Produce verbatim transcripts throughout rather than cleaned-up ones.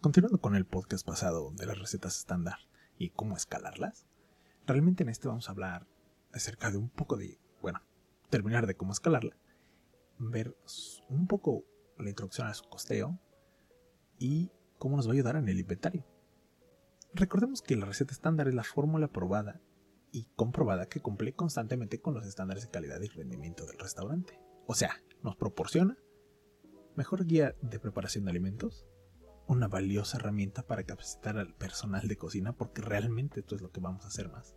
Continuando con el podcast pasado de las recetas estándar y cómo escalarlas, realmente en este vamos a hablar acerca de un poco de, bueno, terminar de cómo escalarla, ver un poco la introducción a su costeo y cómo nos va a ayudar en el inventario. Recordemos que la receta estándar es la fórmula probada y comprobada que cumple constantemente con los estándares de calidad y rendimiento del restaurante. O sea, nos proporciona mejor guía de preparación de alimentos, una valiosa herramienta para capacitar al personal de cocina, porque realmente esto es lo que vamos a hacer más.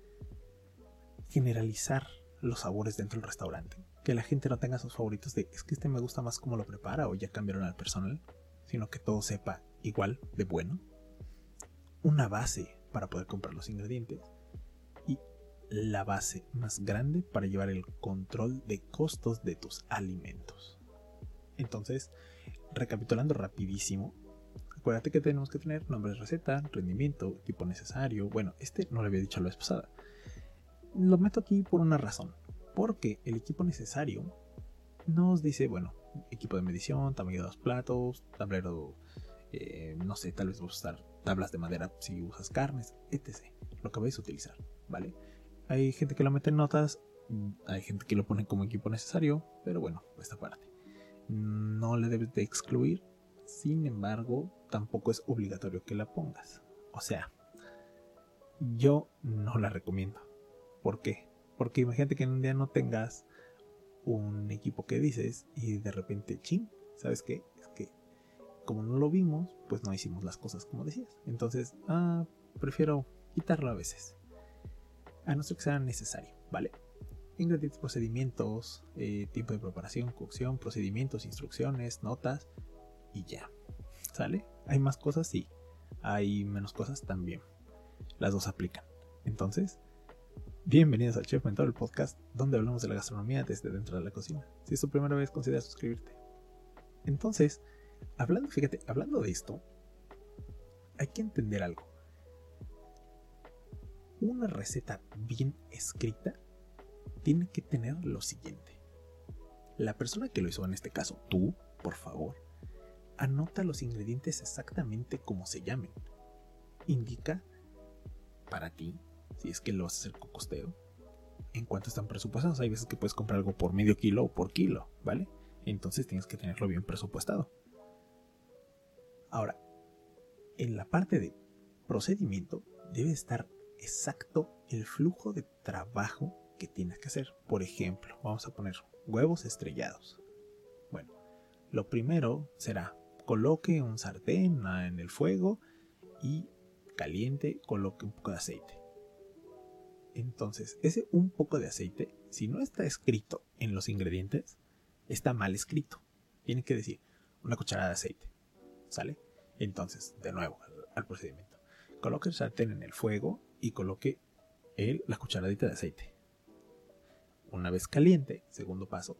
Generalizar los sabores dentro del restaurante, que la gente no tenga sus favoritos de es que este me gusta más cómo lo prepara o ya cambiaron al personal, sino que todo sepa igual de bueno. Una base para poder comprar los ingredientes y la base más grande para llevar el control de costos de tus alimentos. Entonces, recapitulando rapidísimo, acuérdate que tenemos que tener nombre de receta, rendimiento, equipo necesario. Bueno, este no lo había dicho la vez pasada. Lo meto aquí por una razón. Porque el equipo necesario nos dice, bueno, equipo de medición, tamaño de los platos, tablero, eh, no sé, tal vez vas a usar tablas de madera si usas carnes, etcétera. Lo que vais a utilizar, ¿vale? Hay gente que lo mete en notas, hay gente que lo pone como equipo necesario, pero bueno, esta parte no le debes de excluir. Sin embargo, tampoco es obligatorio que la pongas. O sea, yo no la recomiendo. ¿Por qué? Porque imagínate que en un día no tengas un equipo que dices y de repente, chin, ¿sabes qué? Es que como no lo vimos, pues no hicimos las cosas como decías. Entonces, ah, prefiero quitarlo a veces. A no ser que sea necesario, ¿vale? Ingredientes, procedimientos, eh, tiempo de preparación, cocción, procedimientos, instrucciones, notas y ya. ¿Sale? ¿Hay más cosas? Sí. ¿Hay menos cosas? También. Las dos aplican. Entonces, bienvenidos al Chef Mentor, el podcast donde hablamos de la gastronomía desde dentro de la cocina. Si es tu primera vez, considera suscribirte. Entonces, hablando, fíjate, hablando de esto, hay que entender algo. Una receta bien escrita tiene que tener lo siguiente. La persona que lo hizo, en este caso tú, por favor, anota los ingredientes exactamente como se llamen. Indica para ti, si es que lo vas a hacer con costeo, en cuánto están presupuestados. Hay veces que puedes comprar algo por medio kilo o por kilo, ¿vale? Entonces tienes que tenerlo bien presupuestado. Ahora, en la parte de procedimiento debe estar exacto el flujo de trabajo que tienes que hacer. Por ejemplo, vamos a poner huevos estrellados. Bueno, lo primero será coloque un sartén en el fuego y caliente, coloque un poco de aceite. Entonces, ese un poco de aceite, si no está escrito en los ingredientes, está mal escrito. Tiene que decir una cucharada de aceite, ¿sale? Entonces, de nuevo, al, al procedimiento. Coloque el sartén en el fuego y coloque el, la cucharadita de aceite. Una vez caliente, segundo paso,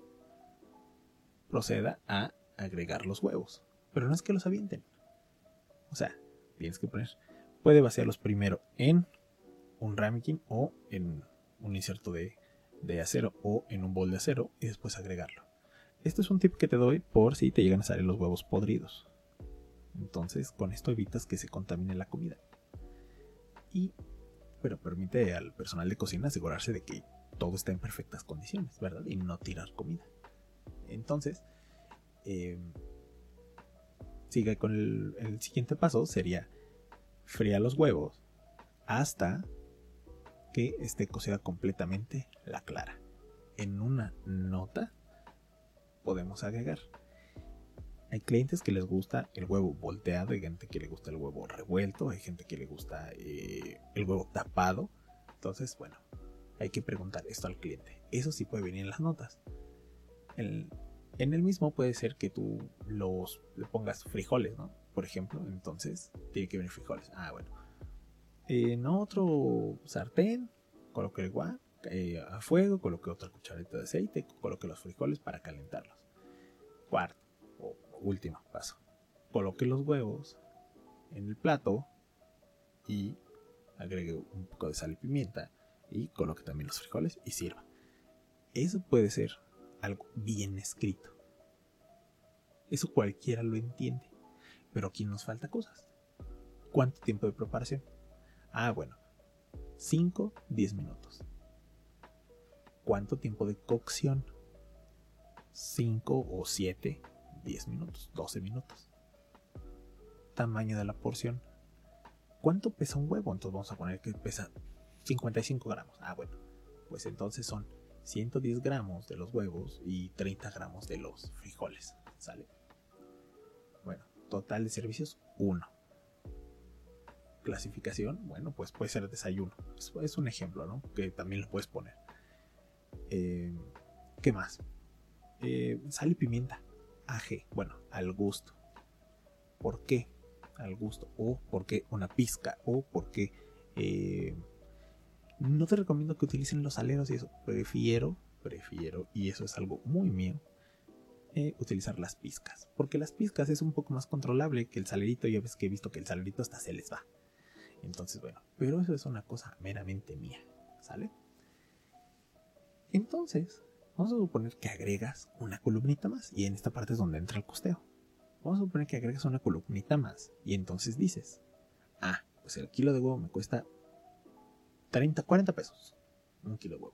proceda a agregar los huevos. Pero no es que los avienten. O sea, tienes que poner, puede vaciarlos primero en un ramekin o en un inserto de, de acero o en un bol de acero y después agregarlo. Este es un tip que te doy por si te llegan a salir los huevos podridos. Entonces, con esto evitas que se contamine la comida. Y, pero permite al personal de cocina asegurarse de que todo está en perfectas condiciones, ¿verdad? Y no tirar comida. Entonces, eh, sigue con el, el siguiente paso, sería fría los huevos hasta que esté cocida completamente la clara. En una nota podemos agregar. Hay clientes que les gusta el huevo volteado, hay gente que le gusta el huevo revuelto, hay gente que le gusta eh, el huevo tapado. Entonces, bueno, hay que preguntar esto al cliente. Eso sí puede venir en las notas. El, en el mismo puede ser que tú los, le pongas frijoles, ¿no? Por ejemplo, entonces tiene que venir frijoles. Ah, bueno. En otro sartén, coloque el guan eh, a fuego, coloque otra cucharadita de aceite, coloque los frijoles para calentarlos. Cuarto o último paso, coloque los huevos en el plato y agregue un poco de sal y pimienta y coloque también los frijoles y sirva. Eso puede ser algo bien escrito. Eso cualquiera lo entiende. Pero aquí nos falta cosas. ¿Cuánto tiempo de preparación? Ah, bueno, cinco, diez minutos. ¿Cuánto tiempo de cocción? cinco o siete, diez minutos, doce minutos. Tamaño de la porción. ¿Cuánto pesa un huevo? Entonces vamos a poner que pesa cincuenta y cinco gramos. Ah, bueno, pues entonces son ciento diez gramos de los huevos y treinta gramos de los frijoles. ¿Sale? Bueno, total de servicios, uno. Clasificación, bueno, pues puede ser desayuno. Es, es un ejemplo, ¿no? Que también lo puedes poner. Eh, ¿Qué más? Eh, sal y pimienta. Aje, bueno, al gusto. ¿Por qué? Al gusto. O porque una pizca. O porque eh, no te recomiendo que utilicen los saleros y eso. Prefiero, prefiero, y eso es algo muy mío, eh, utilizar las pizcas. Porque las pizcas es un poco más controlable que el salerito. Ya ves que he visto que el salerito hasta se les va. Entonces, bueno, pero eso es una cosa meramente mía. ¿Sale? Entonces, vamos a suponer que agregas una columnita más. Y en esta parte es donde entra el costeo. Vamos a suponer que agregas una columnita más. Y entonces dices, ah, pues el kilo de huevo me cuesta treinta, cuarenta pesos. Un kilo de huevo.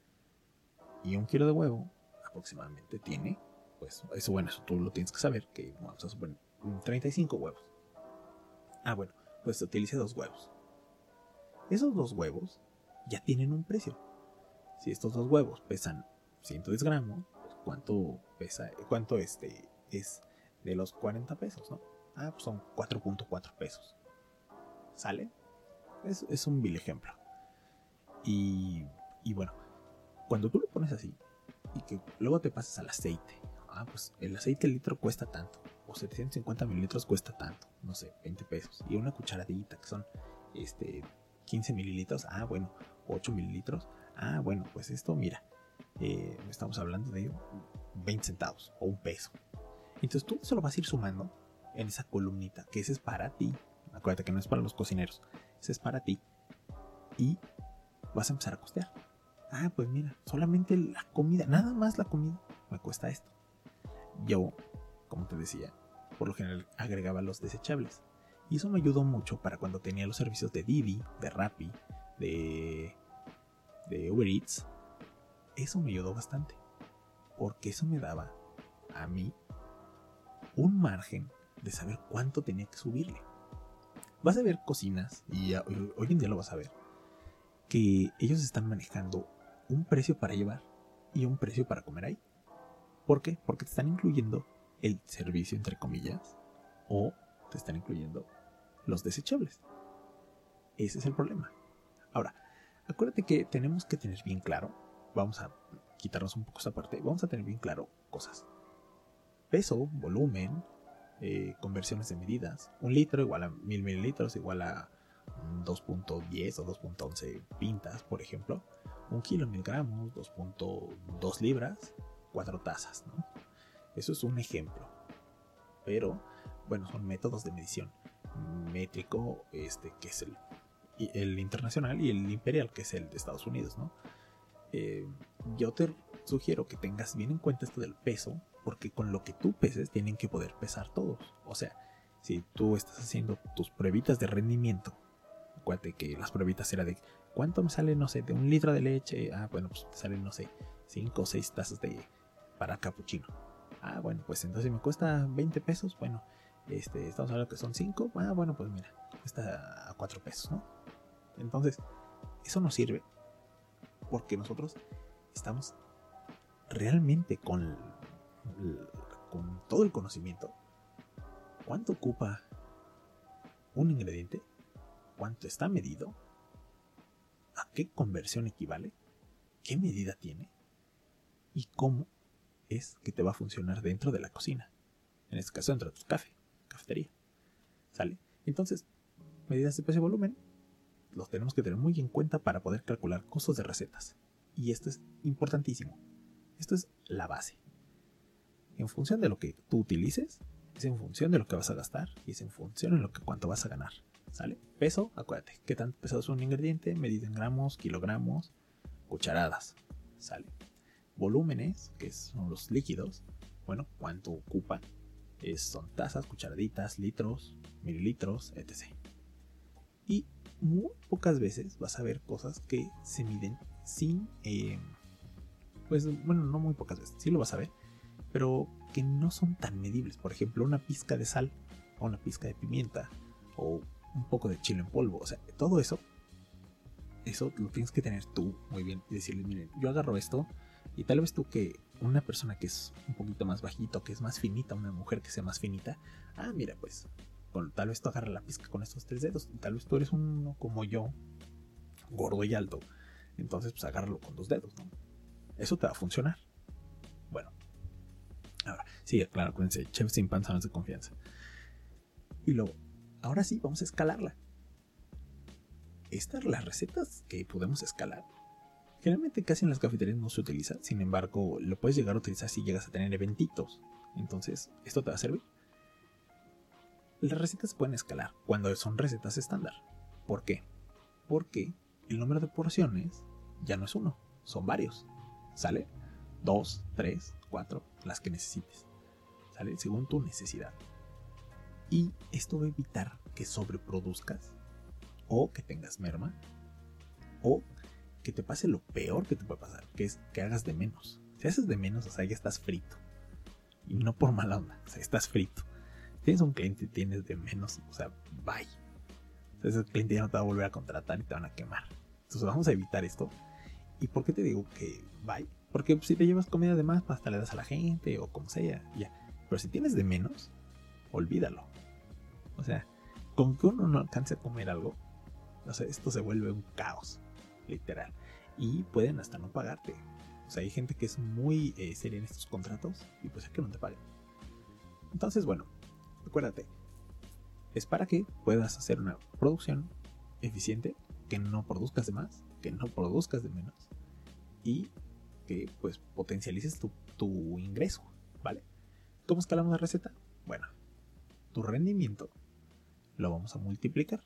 Y un kilo de huevo aproximadamente tiene, pues eso bueno, eso tú lo tienes que saber, que vamos a suponer treinta y cinco huevos. Ah, bueno, pues utilice dos huevos. Esos dos huevos ya tienen un precio. Si estos dos huevos pesan ciento diez gramos, pues ¿cuánto pesa? ¿Cuánto este es de los cuarenta pesos, no? Ah, pues son cuatro punto cuatro pesos. ¿Sale? Es, es un vil ejemplo. Y, y bueno, cuando tú lo pones así y que luego te pasas al aceite, ah, pues el aceite litro cuesta tanto, o setecientos cincuenta mililitros cuesta tanto, no sé, veinte pesos. Y una cucharadita que son este, quince mililitros, ah, bueno, ocho mililitros, ah, bueno, pues esto, mira, eh, estamos hablando de veinte centavos o un peso. Entonces tú eso lo vas a ir sumando en esa columnita, que ese es para ti. Acuérdate que no es para los cocineros, ese es para ti. Y vas a empezar a costear. Ah, pues mira, solamente la comida, nada más la comida, me cuesta esto. Yo, como te decía, por lo general agregaba los desechables. Y eso me ayudó mucho para cuando tenía los servicios de Didi, de Rappi, de, de Uber Eats. Eso me ayudó bastante. Porque eso me daba a mí un margen de saber cuánto tenía que subirle. Vas a ver cocinas, y hoy en día lo vas a ver, que ellos están manejando un precio para llevar y un precio para comer ahí. ¿Por qué? Porque te están incluyendo el servicio, entre comillas, o te están incluyendo los desechables. Ese es el problema. Ahora, acuérdate que tenemos que tener bien claro, vamos a quitarnos un poco esa parte, vamos a tener bien claro cosas. Peso, volumen, eh, conversiones de medidas. Un litro igual a mil mililitros, igual a dos punto diez o dos punto once pintas, por ejemplo. Un kilo, mil gramos, dos punto dos libras, cuatro tazas, ¿no? Eso es un ejemplo. Pero, bueno, son métodos de medición. Métrico, este, que es el, el internacional, y el imperial, que es el de Estados Unidos, ¿no? Eh, yo te sugiero que tengas bien en cuenta esto del peso, porque con lo que tú peses tienen que poder pesar todos. O sea, si tú estás haciendo tus pruebitas de rendimiento, acuérdate que las pruebitas era de ¿cuánto me sale? No sé, de un litro de leche. Ah, bueno, pues te salen, no sé, cinco o seis tazas de para capuchino. Ah, bueno, pues entonces me cuesta veinte pesos. Bueno, este, estamos hablando que son cinco. Ah, bueno, pues mira, cuesta a cuatro pesos, ¿no? Entonces, eso nos sirve porque nosotros estamos realmente con, con todo el conocimiento. ¿Cuánto ocupa un ingrediente? ¿Cuánto está medido? ¿A qué conversión equivale? ¿Qué medida tiene? ¿Y cómo es que te va a funcionar dentro de la cocina? En este caso, dentro de tu café, cafetería. ¿Sale? Entonces, medidas de peso y volumen los tenemos que tener muy en cuenta para poder calcular costos de recetas. Y esto es importantísimo. Esto es la base. En función de lo que tú utilices, es en función de lo que vas a gastar y es en función de lo que cuánto vas a ganar. ¿Sale? Peso, acuérdate, qué tan pesado es un ingrediente, medido en gramos, kilogramos, cucharadas. ¿Sale? Volúmenes, que son los líquidos, bueno, cuánto ocupan, Es, son tazas, cucharaditas, litros, mililitros, etcétera. Y muy pocas veces vas a ver cosas que se miden sin... Eh, pues bueno, no muy pocas veces, sí lo vas a ver, pero que no son tan medibles. Por ejemplo, una pizca de sal, o una pizca de pimienta, o un poco de chile en polvo. O sea, todo eso, eso lo tienes que tener tú muy bien y decirle, miren, yo agarro esto, y tal vez tú, que una persona que es un poquito más bajito, que es más finita, una mujer que sea más finita, ah, mira, pues, con, tal vez tú agarras la pizca con estos tres dedos, y tal vez tú eres uno como yo, gordo y alto, entonces pues agárralo con dos dedos, ¿no? Eso te va a funcionar. Bueno, ahora, sí, claro, acuérdense, chef sin panza no es de confianza. Y luego, ahora sí, vamos a escalarla. Estas las recetas que podemos escalar. Generalmente casi en las cafeterías no se utiliza, sin embargo, lo puedes llegar a utilizar si llegas a tener eventitos. Entonces, esto te va a servir. Las recetas se pueden escalar cuando son recetas estándar. ¿Por qué? Porque el número de porciones ya no es uno, son varios. ¿Sale? Dos, tres, cuatro, las que necesites. ¿Sale? Según tu necesidad. Y esto va a evitar que sobreproduzcas, o que tengas merma, o que te pase lo peor que te puede pasar, que es que hagas de menos. Si haces de menos, o sea, ya estás frito. Y no por mala onda, o sea, estás frito. Tienes un cliente y tienes de menos, o sea, bye. O sea, ese cliente ya no te va a volver a contratar y te van a quemar. Entonces vamos a evitar esto. ¿Y por qué te digo que bye? Porque si te llevas comida de más, hasta le das a la gente o como sea, ya. Pero si tienes de menos, olvídalo. O sea, con que uno no alcance a comer algo, o sea, esto se vuelve un caos, literal. Y pueden hasta no pagarte. O sea, hay gente que es muy eh, seria en estos contratos y pues es que no te paguen. Entonces, bueno, acuérdate, es para que puedas hacer una producción eficiente, que no produzcas de más, que no produzcas de menos y que pues potencialices tu, tu ingreso, ¿vale? ¿Cómo escalamos la receta? Bueno, tu rendimiento lo vamos a multiplicar.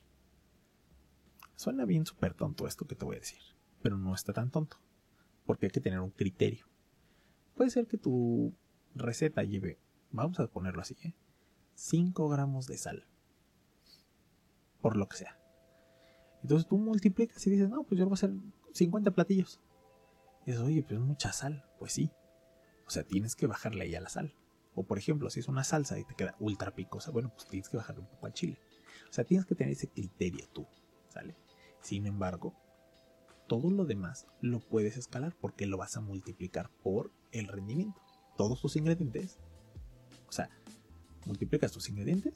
Suena bien súper tonto esto que te voy a decir, pero no está tan tonto, porque hay que tener un criterio. Puede ser que tu receta lleve, vamos a ponerlo así, ¿eh? cinco gramos de sal, por lo que sea. Entonces tú multiplicas y dices, no, pues yo voy a hacer cincuenta platillos. Y dices, oye, pues es mucha sal. Pues sí. O sea, tienes que bajarle ahí a la sal. O por ejemplo, si es una salsa y te queda ultra picosa, bueno, pues tienes que bajarle un poco al chile. O sea, tienes que tener ese criterio tú, ¿sale? Sin embargo, todo lo demás lo puedes escalar porque lo vas a multiplicar por el rendimiento. Todos tus ingredientes, o sea, multiplicas tus ingredientes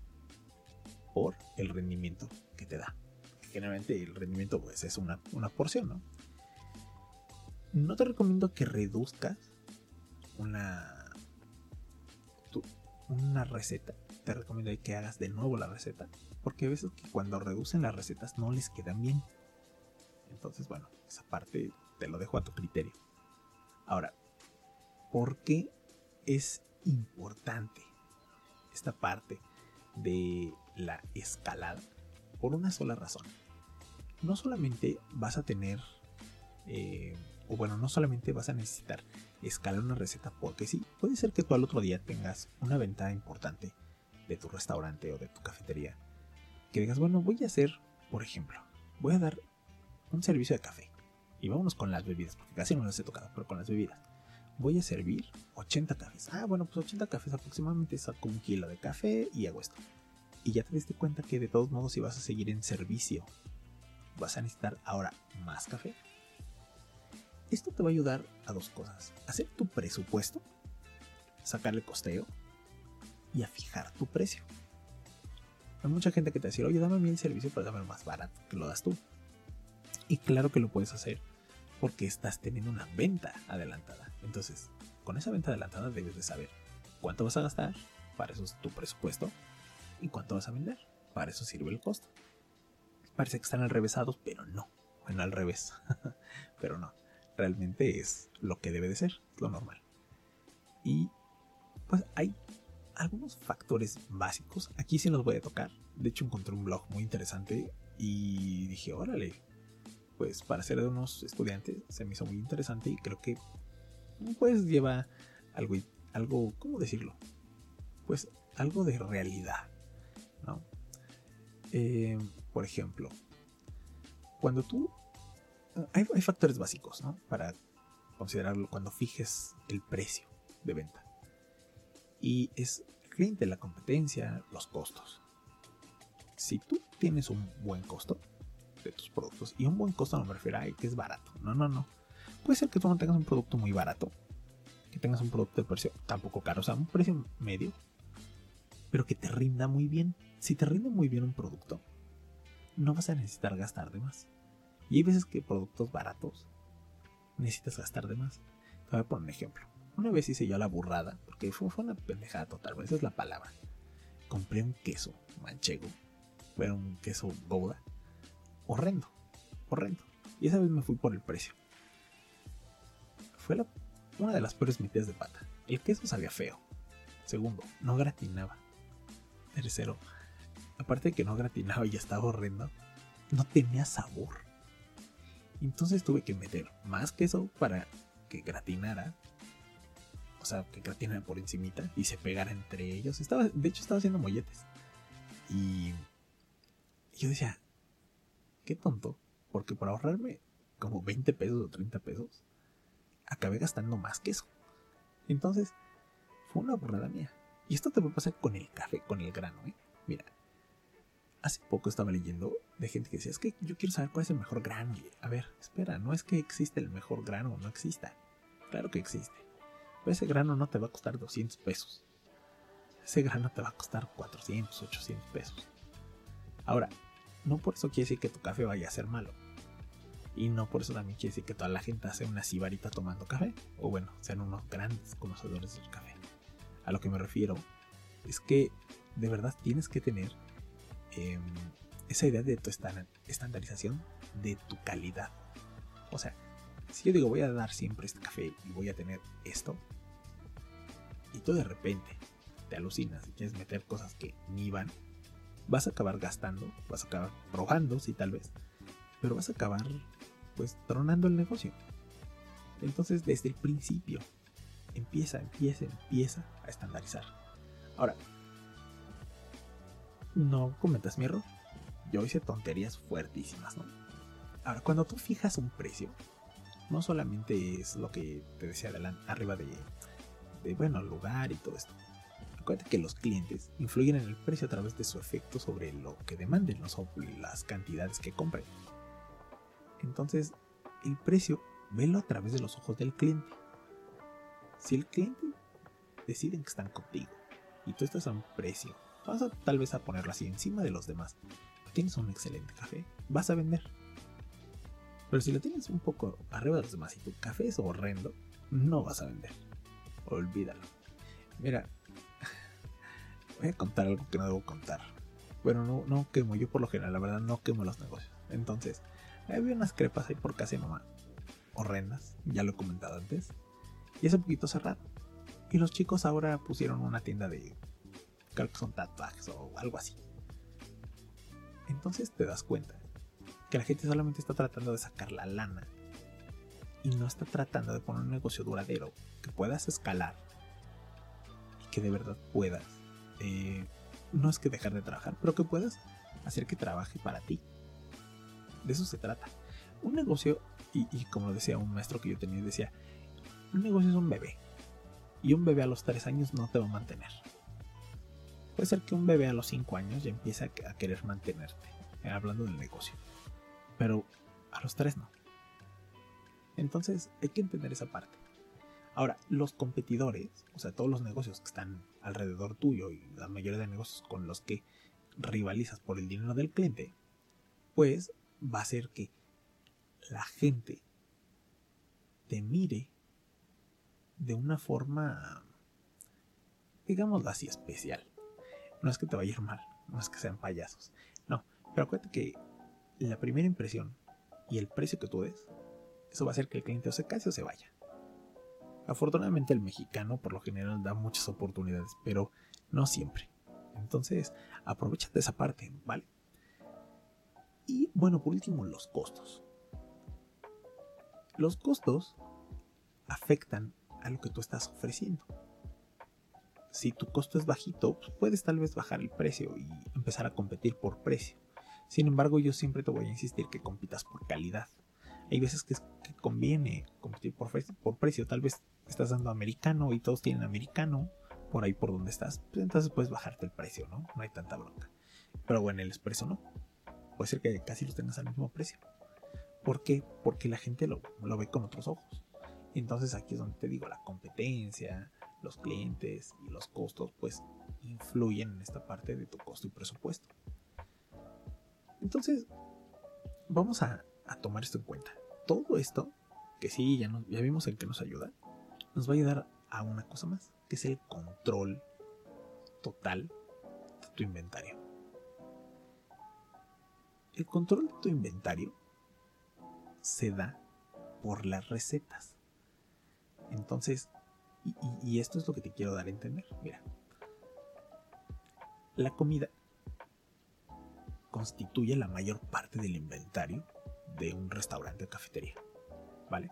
por el rendimiento que te da. Generalmente el rendimiento pues es una, una porción, ¿no? No te recomiendo que reduzcas una, tu, una receta. Te recomiendo que hagas de nuevo la receta, porque a veces que cuando reducen las recetas no les quedan bien. Entonces, bueno, esa parte te lo dejo a tu criterio. Ahora, ¿por qué es importante esta parte de la escalada? Por una sola razón. No solamente vas a tener, eh, o bueno, no solamente vas a necesitar escalar una receta porque sí, puede ser que tú al otro día tengas una venta importante de tu restaurante o de tu cafetería. Que digas, bueno, voy a hacer, por ejemplo, voy a dar un servicio de café. Y vámonos con las bebidas, porque casi no las he tocado, pero con las bebidas. Voy a servir ochenta cafés. Ah, bueno, pues ochenta cafés aproximadamente saco un kilo de café y hago esto. Y ya te diste cuenta que de todos modos si vas a seguir en servicio, vas a necesitar ahora más café. Esto te va a ayudar a dos cosas. Hacer tu presupuesto, sacar el costeo y a fijar tu precio. Hay mucha gente que te dice, oye, dame a mí el servicio, pero dame más barato, que lo das tú. Y claro que lo puedes hacer porque estás teniendo una venta adelantada. Entonces, con esa venta adelantada debes de saber cuánto vas a gastar, para eso es tu presupuesto, y cuánto vas a vender, para eso sirve el costo. Parece que están alrevesados, pero no. Bueno, al revés. Pero no. Realmente es lo que debe de ser, es lo normal. Y pues hay algunos factores básicos. Aquí sí los voy a tocar. De hecho encontré un blog muy interesante y dije, órale, pues para ser de unos estudiantes se me hizo muy interesante y creo que pues lleva algo, algo, ¿cómo decirlo? pues algo de realidad, ¿no? Eh, por ejemplo, cuando tú... Hay, hay factores básicos, ¿no? Para considerarlo cuando fijes el precio de venta. Y es el cliente, la competencia, los costos. Si tú tienes un buen costo de tus productos, y un buen costo no me refiero a que es barato, no, no, no. Puede ser que tú no tengas un producto muy barato, que tengas un producto de precio tampoco caro, o sea, un precio medio, pero que te rinda muy bien. Si te rinde muy bien un producto, no vas a necesitar gastar de más. Y hay veces que productos baratos necesitas gastar de más. Te voy a poner un ejemplo. Una vez hice yo la burrada, porque fue, fue una pendejada total, esa es la palabra. Compré un queso manchego, fue un queso Gouda, horrendo, horrendo. Y esa vez me fui por el precio. Fue la, una de las peores metidas de pata. El queso sabía feo. Segundo, no gratinaba. Tercero, aparte de que no gratinaba y estaba horrendo, no tenía sabor. Entonces tuve que meter más queso para que gratinara. O sea, que gratinara por encimita y se pegara entre ellos. Estaba, de hecho, estaba haciendo molletes. Y yo decía, qué tonto. Porque por ahorrarme como veinte pesos o treinta pesos, acabé gastando más queso. Entonces, fue una burrada mía. Y esto te puede pasar con el café, con el grano, ¿eh? Mira, hace poco estaba leyendo de gente que decía, es que yo quiero saber cuál es el mejor grano. Y, a ver, espera, no es que existe el mejor grano o no exista. Claro que existe. Pero ese grano no te va a costar doscientos pesos. Ese grano te va a costar cuatrocientos, ochocientos pesos. Ahora, no por eso quiere decir que tu café vaya a ser malo. Y no por eso también quiere decir que toda la gente hace una sibarita tomando café. O bueno, sean unos grandes conocedores del café. A lo que me refiero es que de verdad tienes que tener eh, esa idea de tu estandarización de tu calidad. O sea, si yo digo voy a dar siempre este café y voy a tener esto, y tú de repente te alucinas y quieres meter cosas que ni van, vas a acabar gastando, vas a acabar probando, sí, tal vez, pero vas a acabar pues tronando el negocio. Entonces desde el principio empieza, empieza, empieza a estandarizar. Ahora, no cometas mi error. Yo hice tonterías fuertísimas, ¿no? Ahora, cuando tú fijas un precio, no solamente es lo que te decía adelante, arriba de, de, bueno, el lugar y todo esto. Acuérdate que los clientes influyen en el precio a través de su efecto sobre lo que demanden, no sobre las cantidades que compren. Entonces, el precio, velo a través de los ojos del cliente. Si el cliente decide que están contigo y tú estás a un precio, vas a tal vez a ponerlo así encima de los demás, tienes un excelente café, vas a vender. Pero si lo tienes un poco arriba de los demás y tu café es horrendo, no vas a vender. Olvídalo. Mira, voy a contar algo que no debo contar. Bueno, no, no quemo, yo por lo general, la verdad, no quemo los negocios. Entonces, había unas crepas ahí por casa de mamá, horrendas, ya lo he comentado antes, y hace poquito cerraron. Y los chicos ahora pusieron una tienda de, creo que son tatuajes o algo así. Entonces te das cuenta que la gente solamente está tratando de sacar la lana y no está tratando de poner un negocio duradero que puedas escalar y que de verdad puedas, eh, no es que dejar de trabajar, pero que puedas hacer que trabaje para ti. De eso se trata. Un negocio, y, y como decía un maestro que yo tenía, decía, un negocio es un bebé y un bebé a los tres años no te va a mantener. Puede ser que un bebé a los cinco años ya empiece a querer mantenerte, hablando del negocio, pero a los tres no. Entonces hay que entender esa parte. Ahora, los competidores, o sea, todos los negocios que están alrededor tuyo y la mayoría de negocios con los que rivalizas por el dinero del cliente, pues va a hacer que la gente te mire de una forma, digámoslo así, especial. No es que te vaya a ir mal, no es que sean payasos, no, pero acuérdate que la primera impresión y el precio que tú des, eso va a hacer que el cliente o se case o se vaya. Afortunadamente el mexicano por lo general da muchas oportunidades, pero no siempre. Entonces, aprovecha de esa parte, ¿vale? Y bueno, por último, los costos. Los costos afectan a lo que tú estás ofreciendo. si tu costo es bajito, pues puedes tal vez bajar el precio y empezar a competir por precio. Sin embargo, yo siempre te voy a insistir que compitas por calidad. Hay veces que, es, que conviene competir por, por precio. Tal vez estás dando americano y todos tienen americano por ahí por donde estás. Pues entonces puedes bajarte el precio, ¿no? No hay tanta bronca. Pero bueno, el expreso no. Puede ser que casi los tengas al mismo precio. ¿Por qué? Porque la gente lo, lo ve con otros ojos. Entonces aquí es donde te digo, la competencia, los clientes y los costos pues influyen en esta parte de tu costo y presupuesto. Entonces vamos a, a tomar esto en cuenta. Todo esto, que sí, ya, no, ya vimos en qué nos ayuda, nos va a ayudar a una cosa más, que es el control total de tu inventario. El control de tu inventario se da por las recetas. Entonces, y, y, y esto es lo que te quiero dar a entender. Mira, la comida constituye la mayor parte del inventario de un restaurante o cafetería, ¿vale?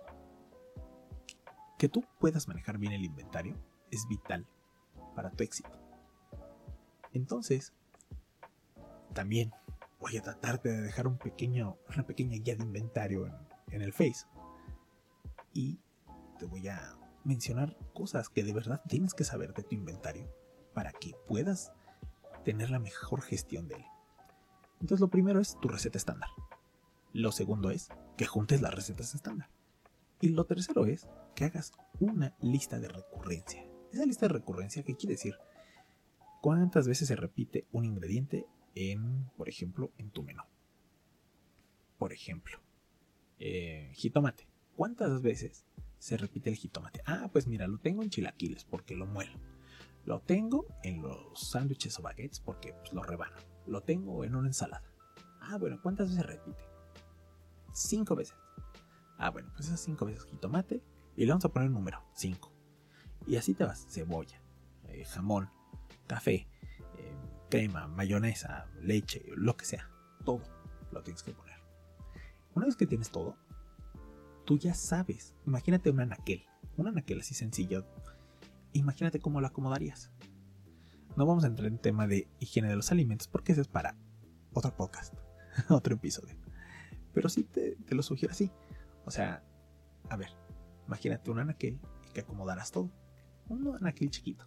Que tú puedas manejar bien el inventario es vital para tu éxito. Entonces, también voy a tratarte de dejar un pequeño, una pequeña guía de inventario en, en el Face. Y te voy a mencionar cosas que de verdad tienes que saber de tu inventario para que puedas tener la mejor gestión de él. Entonces lo primero es tu receta estándar. Lo segundo es que juntes las recetas estándar. Y lo tercero es que hagas una lista de recurrencia. Esa lista de recurrencia, ¿qué quiere decir? ¿Cuántas veces se repite un ingrediente en, por ejemplo, en tu menú? Por ejemplo, eh, jitomate. ¿Cuántas veces se repite el jitomate? Ah, pues mira, lo tengo en chilaquiles porque lo muelo. Lo tengo en los sándwiches o baguettes porque pues, lo rebano. Lo tengo en una ensalada. Ah, bueno, ¿cuántas veces se repite? Cinco veces. Ah, bueno, pues esas cinco veces jitomate y le vamos a poner un número, cinco. Y así te vas, cebolla, eh, jamón, café, eh, crema, mayonesa, leche, lo que sea. Todo lo tienes que poner. Una vez que tienes todo, tú ya sabes. Imagínate un anaquel. Un anaquel así sencillo. Imagínate cómo lo acomodarías. No vamos a entrar en tema de higiene de los alimentos porque ese es para otro podcast, otro episodio. Pero sí te, te lo sugiero así. O sea, a ver, imagínate un anaquel y que acomodaras todo. Un anaquel chiquito.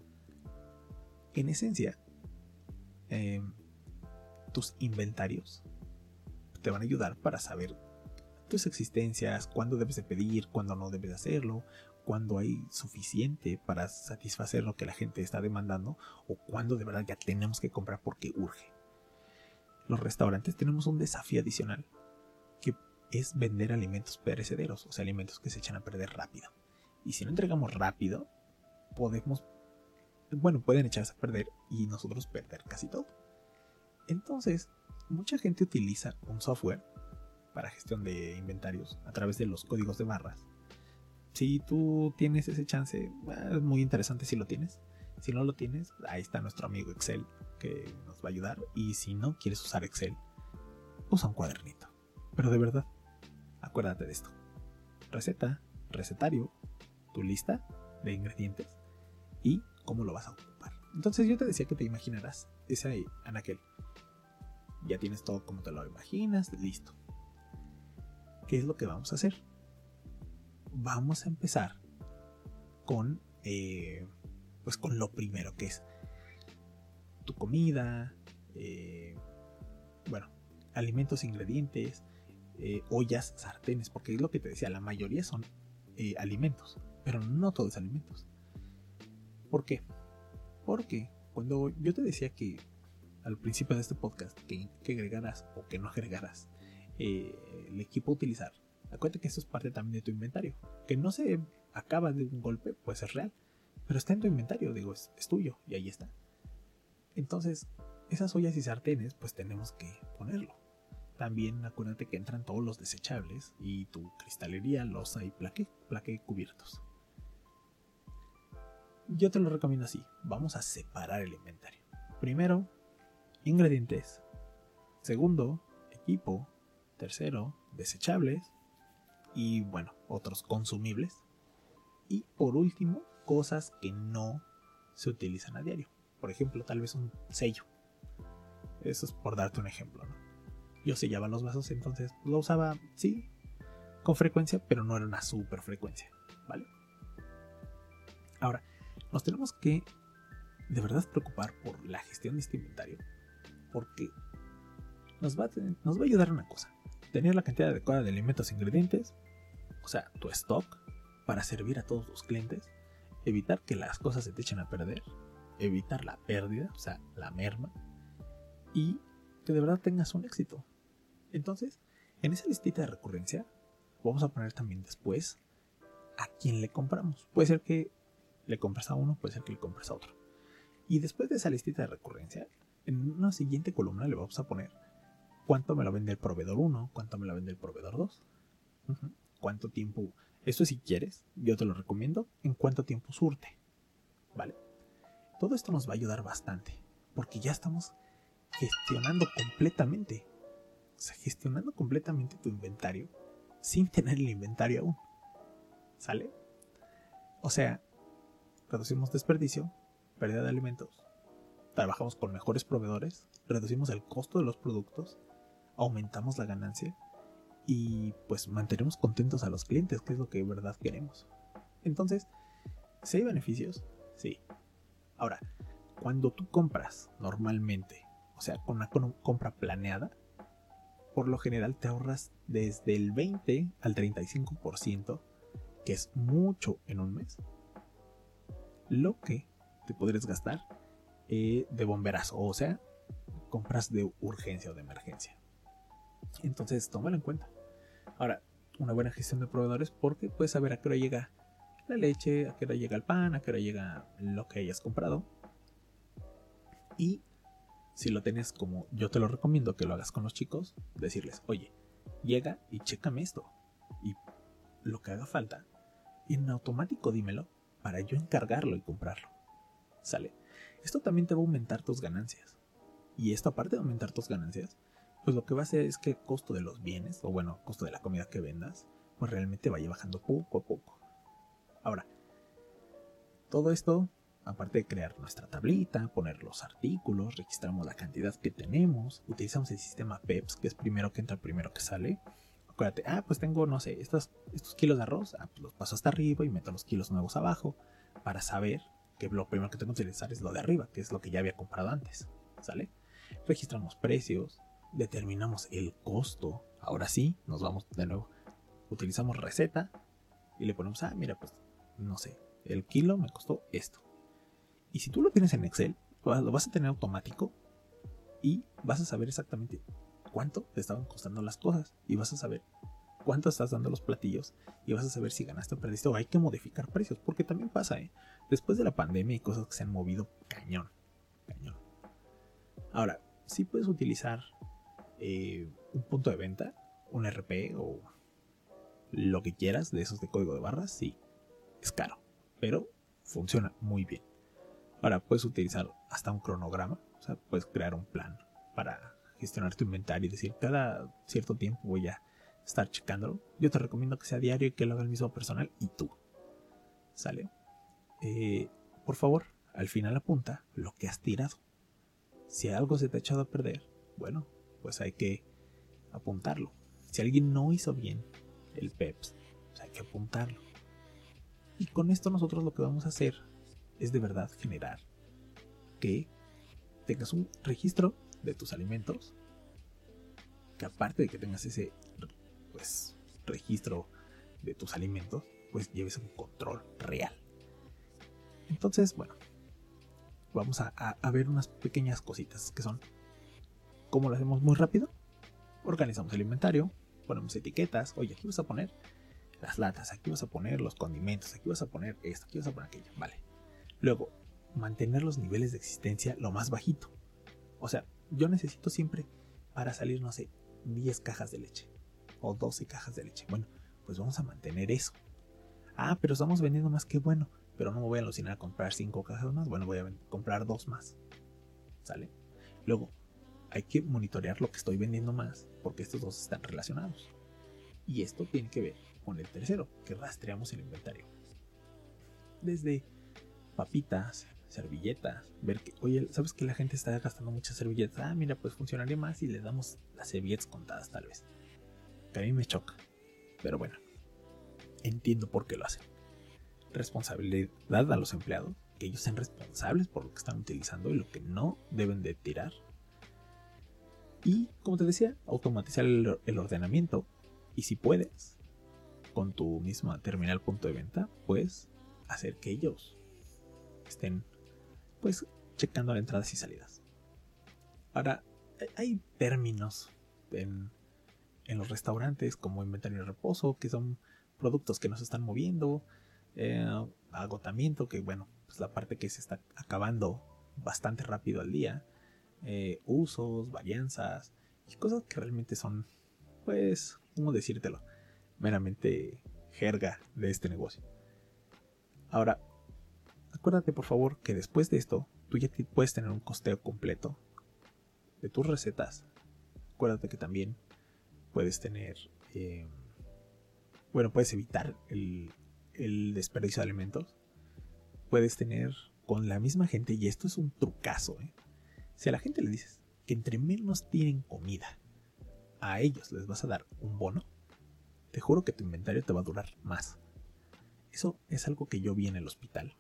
En esencia, eh, tus inventarios te van a ayudar para saber tus existencias, cuándo debes de pedir, cuándo no debes de hacerlo, cuándo hay suficiente para satisfacer lo que la gente está demandando o cuándo de verdad ya tenemos que comprar porque urge. Los restaurantes tenemos un desafío adicional que es vender alimentos perecederos, o sea, alimentos que se echan a perder rápido. Y si no entregamos rápido, podemos, bueno, pueden echarse a perder y nosotros perder casi todo. Entonces, mucha gente utiliza un software para gestión de inventarios a través de los códigos de barras. Si tú tienes ese chance, es muy interesante si lo tienes. Si no lo tienes, ahí está nuestro amigo Excel que nos va a ayudar. Y si no quieres usar Excel, usa un cuadernito. Pero de verdad, acuérdate de esto. Receta, recetario, tu lista de ingredientes y cómo lo vas a ocupar. Entonces yo te decía que te imaginarás ese anaquel. Ya tienes todo como te lo imaginas, listo. ¿Qué es lo que vamos a hacer? Vamos a empezar con, eh, pues con lo primero que es tu comida, eh, bueno, alimentos, ingredientes, eh, ollas, sartenes, porque es lo que te decía, la mayoría son eh, alimentos, pero no todos alimentos. ¿Por qué? Porque cuando yo te decía que al principio de este podcast que, que agregaras o que no agregaras eh, el equipo a utilizar, acuérdate que esto es parte también de tu inventario, que no se acaba de un golpe, puede ser real, pero está en tu inventario, digo, es, es tuyo y ahí está. Entonces, esas ollas y sartenes, pues tenemos que ponerlo. También acuérdate que entran todos los desechables y tu cristalería, loza y plaqué, plaqué cubiertos. Yo te lo recomiendo así, vamos a separar el inventario. Primero, ingredientes. Segundo, equipo. Tercero, desechables. Y bueno, otros consumibles. Y por último, cosas que no se utilizan a diario. Por ejemplo, tal vez un sello. Eso es por darte un ejemplo, ¿no? Yo sellaba los vasos, entonces lo usaba, sí, con frecuencia, pero no era una super frecuencia, ¿vale? Ahora, nos tenemos que de verdad preocupar por la gestión de este inventario, porque nos va a, tener, nos va a ayudar una cosa: tener la cantidad adecuada de alimentos e ingredientes, o sea, tu stock, para servir a todos los clientes, evitar que las cosas se te echen a perder, evitar la pérdida, o sea, la merma, y que de verdad tengas un éxito. Entonces, en esa listita de recurrencia, vamos a poner también después a quién le compramos. Puede ser que le compres a uno, puede ser que le compres a otro. Y después de esa listita de recurrencia, en una siguiente columna le vamos a poner cuánto me lo vende el proveedor uno, cuánto me lo vende el proveedor dos, uh-huh. cuánto tiempo, esto si quieres, yo te lo recomiendo, en cuánto tiempo surte, ¿vale? Todo esto nos va a ayudar bastante, porque ya estamos gestionando completamente, o sea, gestionando completamente tu inventario sin tener el inventario aún, ¿sale? O sea, reducimos desperdicio, pérdida de alimentos, trabajamos con mejores proveedores, reducimos el costo de los productos, aumentamos la ganancia y pues mantenemos contentos a los clientes, que es lo que de verdad queremos. Entonces, ¿sí hay beneficios? Sí. Ahora, cuando tú compras normalmente, o sea, con una compra planeada, por lo general te ahorras desde el veinte al treinta y cinco por ciento, que es mucho en un mes, lo que te podrías gastar eh, de bomberazo, o sea, compras de urgencia o de emergencia. Entonces, tómalo en cuenta. Ahora, una buena gestión de proveedores, porque puedes saber a qué hora llega la leche, a qué hora llega el pan, a qué hora llega lo que hayas comprado. Y si lo tienes como yo te lo recomiendo que lo hagas con los chicos, decirles, oye, llega y chécame esto. Y lo que haga falta, en automático dímelo para yo encargarlo y comprarlo. ¿Sale? Esto también te va a aumentar tus ganancias. Y esto, aparte de aumentar tus ganancias, pues lo que va a hacer es que el costo de los bienes, o bueno, el costo de la comida que vendas, pues realmente vaya bajando poco a poco. Ahora, todo esto, aparte de crear nuestra tablita, poner los artículos, registramos la cantidad que tenemos, utilizamos el sistema P E P S, que es primero que entra, primero que sale. Acuérdate, ah, pues tengo, no sé, estos, estos kilos de arroz, ah, pues los paso hasta arriba y meto los kilos nuevos abajo, para saber que lo primero que tengo que utilizar es lo de arriba, que es lo que ya había comprado antes, ¿sale? Registramos precios, determinamos el costo. Ahora sí, nos vamos de nuevo, utilizamos receta y le ponemos, ah, mira, pues, no sé, el kilo me costó esto. Y si tú lo tienes en Excel, lo vas a tener automático y vas a saber exactamente cuánto te estaban costando las cosas y vas a saber cuánto estás dando los platillos y vas a saber si ganaste o perdiste, o hay que modificar precios, porque también pasa, ¿eh? Después de la pandemia hay cosas que se han movido cañón, cañón. Ahora, sí puedes utilizar eh, un punto de venta, un R P o lo que quieras de esos de código de barras, sí, es caro, pero funciona muy bien. Ahora puedes utilizar hasta un cronograma, o sea, puedes crear un plan para gestionar tu inventario y decir, cada cierto tiempo voy a estar checándolo. Yo te recomiendo que sea diario y que lo haga el mismo personal y tú. ¿Sale? Eh, por favor, al final apunta lo que has tirado. Si algo se te ha echado a perder, bueno, pues hay que apuntarlo. Si alguien no hizo bien el P E P S, pues hay que apuntarlo. Y con esto nosotros lo que vamos a hacer es de verdad generar que tengas un registro de tus alimentos, que aparte de que tengas ese pues registro de tus alimentos, pues lleves un control real. Entonces, bueno, vamos a, a, a ver unas pequeñas cositas que son, ¿cómo lo hacemos muy rápido? Organizamos el inventario, ponemos etiquetas, oye, aquí vas a poner las latas, aquí vas a poner los condimentos, aquí vas a poner esto, aquí vas a poner aquello, vale. Luego, mantener los niveles de existencia lo más bajito. O sea, yo necesito siempre para salir, no sé, diez cajas de leche o doce cajas de leche. Bueno, pues vamos a mantener eso. Ah, pero estamos vendiendo más, que bueno, pero no me voy a alucinar a comprar cinco cajas más. Bueno, voy a comprar dos más. ¿Sale? Luego, hay que monitorear lo que estoy vendiendo más, porque estos dos están relacionados. Y esto tiene que ver con el tercero, que rastreamos el inventario. Desde papitas, servilletas, ver que, oye, ¿sabes que la gente está gastando muchas servilletas? Ah, mira, pues funcionaría más si le damos las servilletas contadas tal vez. Que a mí me choca, pero bueno, entiendo por qué lo hacen. Responsabilidad a los empleados, que ellos sean responsables por lo que están utilizando y lo que no deben de tirar. Y, como te decía, automatizar el, el ordenamiento. Y si puedes, con tu misma terminal punto de venta, pues hacer que ellos estén pues checando las entradas y salidas. Ahora, hay términos en, en los restaurantes como inventario de reposo, que son productos que no se están moviendo, eh, agotamiento, que bueno, pues la parte que se está acabando bastante rápido al día, eh, usos, varianzas y cosas que realmente son, pues, ¿cómo decírtelo? Meramente jerga de este negocio. Ahora, acuérdate por favor que después de esto, tú ya puedes tener un costeo completo de tus recetas. Acuérdate que también puedes tener, eh, bueno, puedes evitar el, el desperdicio de alimentos. Puedes tener con la misma gente, y esto es un trucazo, ¿eh? Si a la gente le dices que entre menos tienen comida, a ellos les vas a dar un bono, te juro que tu inventario te va a durar más. Eso es algo que yo vi en el hospital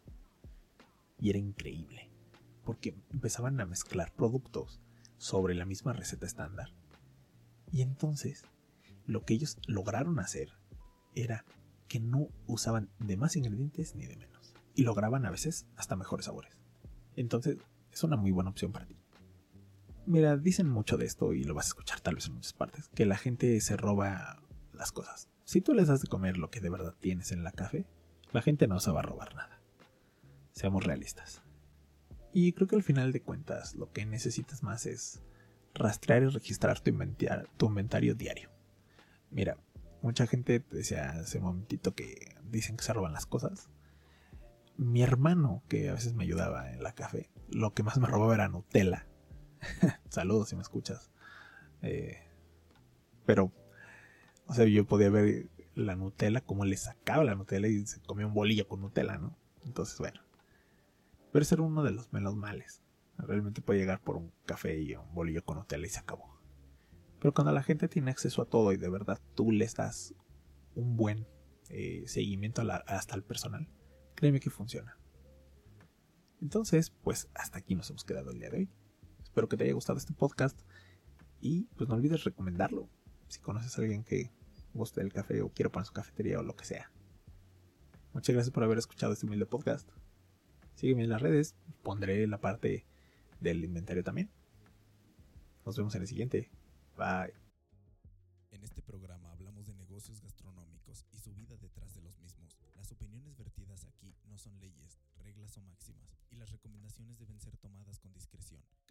y era increíble, porque empezaban a mezclar productos sobre la misma receta estándar. Y entonces, lo que ellos lograron hacer era que no usaban de más ingredientes ni de menos. Y lograban a veces hasta mejores sabores. Entonces, es una muy buena opción para ti. Mira, dicen mucho de esto y lo vas a escuchar tal vez en muchas partes, que la gente se roba las cosas. Si tú les das de comer lo que de verdad tienes en la café, la gente no se va a robar nada. Seamos realistas. Y creo que al final de cuentas lo que necesitas más es rastrear y registrar tu inventario, tu inventario diario. Mira, mucha gente te decía hace un momentito que dicen que se roban las cosas. Mi hermano, que a veces me ayudaba en la café, lo que más me robaba era Nutella. Saludos si me escuchas. Eh, pero, o sea, yo podía ver la Nutella, cómo le sacaba la Nutella y se comía un bolillo con Nutella, ¿no? Entonces, bueno. Pero ese era uno de los menos males. Realmente puede llegar por un café y un bolillo con Nutella y se acabó. Pero cuando la gente tiene acceso a todo y de verdad tú les das un buen eh, seguimiento a la, hasta al personal, créeme que funciona. Entonces, pues hasta aquí nos hemos quedado el día de hoy. Espero que te haya gustado este podcast y pues no olvides recomendarlo si conoces a alguien que guste del café o quiere poner su cafetería o lo que sea. Muchas gracias por haber escuchado este humilde podcast. Sígueme en las redes, pondré la parte del inventario también. Nos vemos en el siguiente. Bye. En este programa hablamos de negocios gastronómicos y su vida detrás de los mismos. Las opiniones vertidas aquí no son leyes, reglas o máximas, y las recomendaciones deben ser tomadas con discreción.